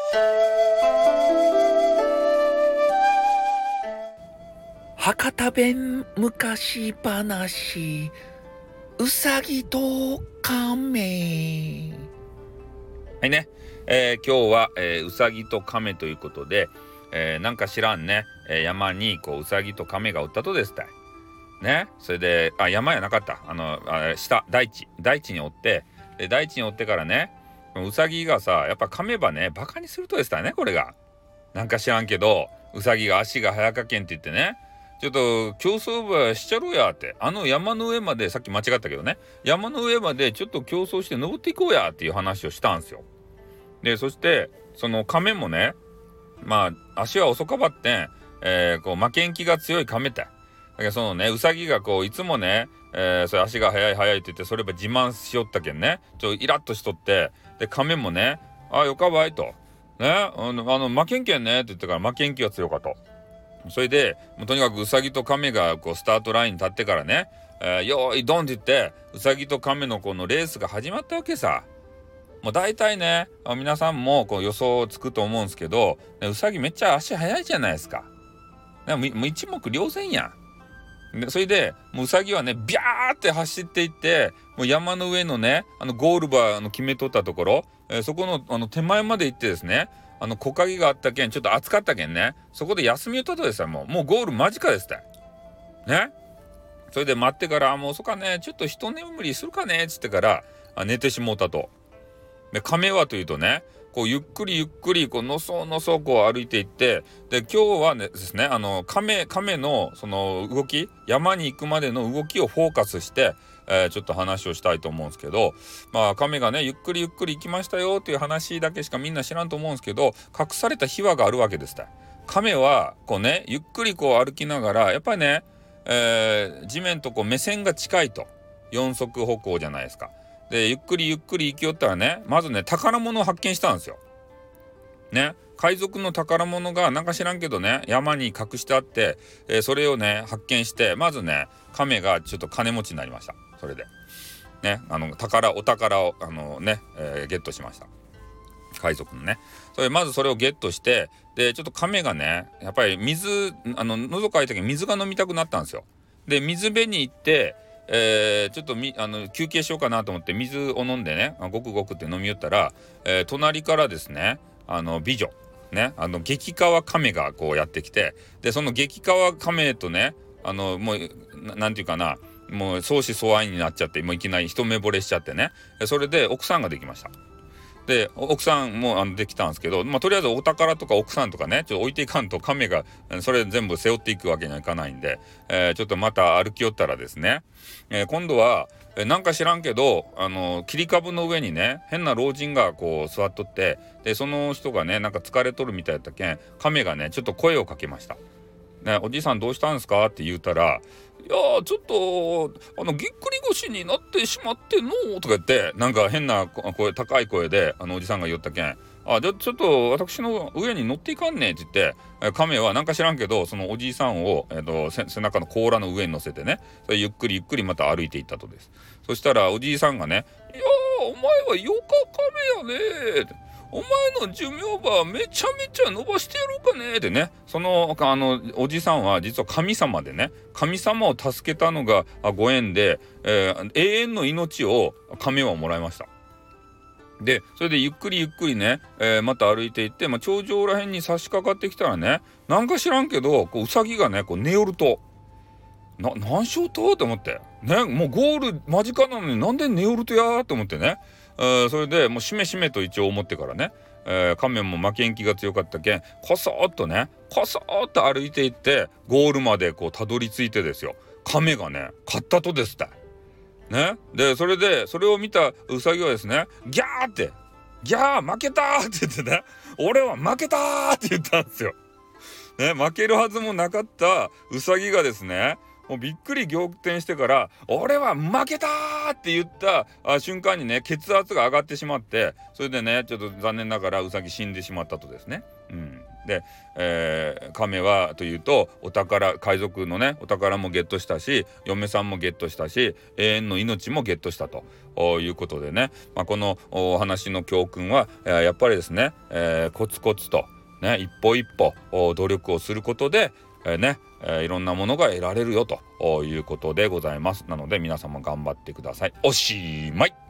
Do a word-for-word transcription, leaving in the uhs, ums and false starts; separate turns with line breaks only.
博多弁昔話、うさぎと亀。はいね、えー、今日は、えー、うさぎと亀ということで、えー、なんか知らんね、えー、山にこううさぎと亀がおったとですたいね。それであ山やなかったあのあ下大地大地におって、で大地におってからね、うさぎがさやっぱ噛めばねバカにするとですたいね。これがなんか知らんけど、うさぎが足が速かけんって言ってね、ちょっと競走馬しちゃろうやって、あの山の上まで、さっき間違ったけどね、山の上までちょっと競争して登っていこうやっていう話をしたんですよ。でそしてその亀もね、まあ足は遅かばってん、えー、こう負けん気が強い亀たい。だけどそのねうさぎがこういつもね、えー、それ足が速い速いって言ってそれば自慢しよったけんね、ちょっとイラッとしとって、で亀もね、あよかばいとね、あのあの負けんけんねって言ってから負けん気が強かと。それでもうとにかくウサギとカメがこうスタートラインに立ってからね、えー、よーいドンって言ってウサギとカメのこのレースが始まったわけさ。もう大体ね皆さんもこう予想つくと思うんですけど、ウサギめっちゃ足速いじゃないですか。もう一目瞭然やん。でそれでもうウサギはねビャーって走っていって、もう山の上のねあのゴールバーの決めとったところ、えー、そこのあの手前まで行ってですね、あの木陰があったけんちょっと暑かったけんね、そこで休みをとったですよ。もうもうゴール間近ですたいね。それで待ってから、もう遅かねちょっと一眠りするかねっつってからあ寝てしもうたと。で亀はというとね、こうゆっくりゆっくりこうのそのそこう歩いていって、で今日はねですね、あの亀亀のその動き、山に行くまでの動きをフォーカスして、えー、ちょっと話をしたいと思うんですけど、まあ亀がねゆっくりゆっくり行きましたよっていう話だけしかみんな知らんと思うんですけど、隠された秘話があるわけですた。亀はこうねゆっくりこう歩きながらやっぱりね、えー、地面とこう目線が近いと、四足歩行じゃないですか。でゆっくりゆっくり行きよったらね、まずね宝物を発見したんですよ。ね、海賊の宝物がなんか知らんけどね山に隠してあって、えー、それをね発見して、まずね亀がちょっと金持ちになりました。それでねあの宝お宝をあのね、えー、ゲットしました。海賊のね。それまずそれをゲットして、でちょっと亀がねやっぱり水あの喉乾いた時に水が飲みたくなったんですよ。で水辺に行ってえー、ちょっとみあの休憩しようかなと思って水を飲んでね、ごくごくって飲みよったら、えー、隣からですねあの美女ね、あの激川亀がこうやってきて、でその激川亀とねあのもう な, なんていうかな、もう相思相愛になっちゃって、もういきなり一目惚れしちゃってね、それで奥さんができました。で奥さんもあのできたんですけど、まあ、とりあえずお宝とか奥さんとかねちょっと置いていかんと亀がそれ全部背負っていくわけにはいかないんで、えー、ちょっとまた歩き寄ったらですね、えー、今度は、えー、なんか知らんけどあの切り株の上にね変な老人がこう座っとって、でその人がねなんか疲れとるみたいだったけん、亀がねちょっと声をかけました。ね、おじいさんどうしたんですかって言うたら、いやーちょっとあのぎっくり腰になってしまってのーとか言って、なんか変な声高い声であのおじさんが言ったけん、あじゃちょっと私の上に乗っていかんねって言って、亀はなんか知らんけどそのおじいさんを、えー、と背中の甲羅の上に乗せてね、それゆっくりゆっくりまた歩いていったとです。そしたらおじいさんがね、いやーお前はよか亀やねーって、お前の寿命ばめちゃめちゃ伸ばしてやろうかねってね、そのあのおじさんは実は神様でね、神様を助けたのがご縁で、えー、永遠の命を亀はもらいました。でそれでゆっくりゆっくりね、えー、また歩いていって、まあ、頂上らへんに差し掛かってきたらね、なんか知らんけどこうウサギがねこう寝よると、な何しようとと思ってね、もうゴール間近なのになんで寝よるとやと思ってね、えー、それでもうしめしめと一応思ってからね、えー、亀も負けん気が強かったけんこそーっとねこそーっと歩いていってゴールまでこうたどり着いてですよ、亀がね勝ったとですたね。でそれでそれを見たウサギはですね、ギャーってギャー負けたーって言ってね、俺は負けたーって言ったんですよ。ね、負けるはずもなかったウサギがですね、もうびっくり仰天してから俺は負けたーって言ったあ瞬間にね血圧が上がってしまって、それでねちょっと残念ながらウサギ死んでしまったとですね。うん、 で、えー、亀はというとお宝、海賊のねお宝もゲットしたし、嫁さんもゲットしたし、永遠の命もゲットしたということでね、まあ、このお話の教訓は、えー、やっぱりですね、えー、コツコツとね一歩一歩努力をすることで、えー、ね、えー、いろんなものが得られるよということでございます。なので皆様頑張ってください。おしまい。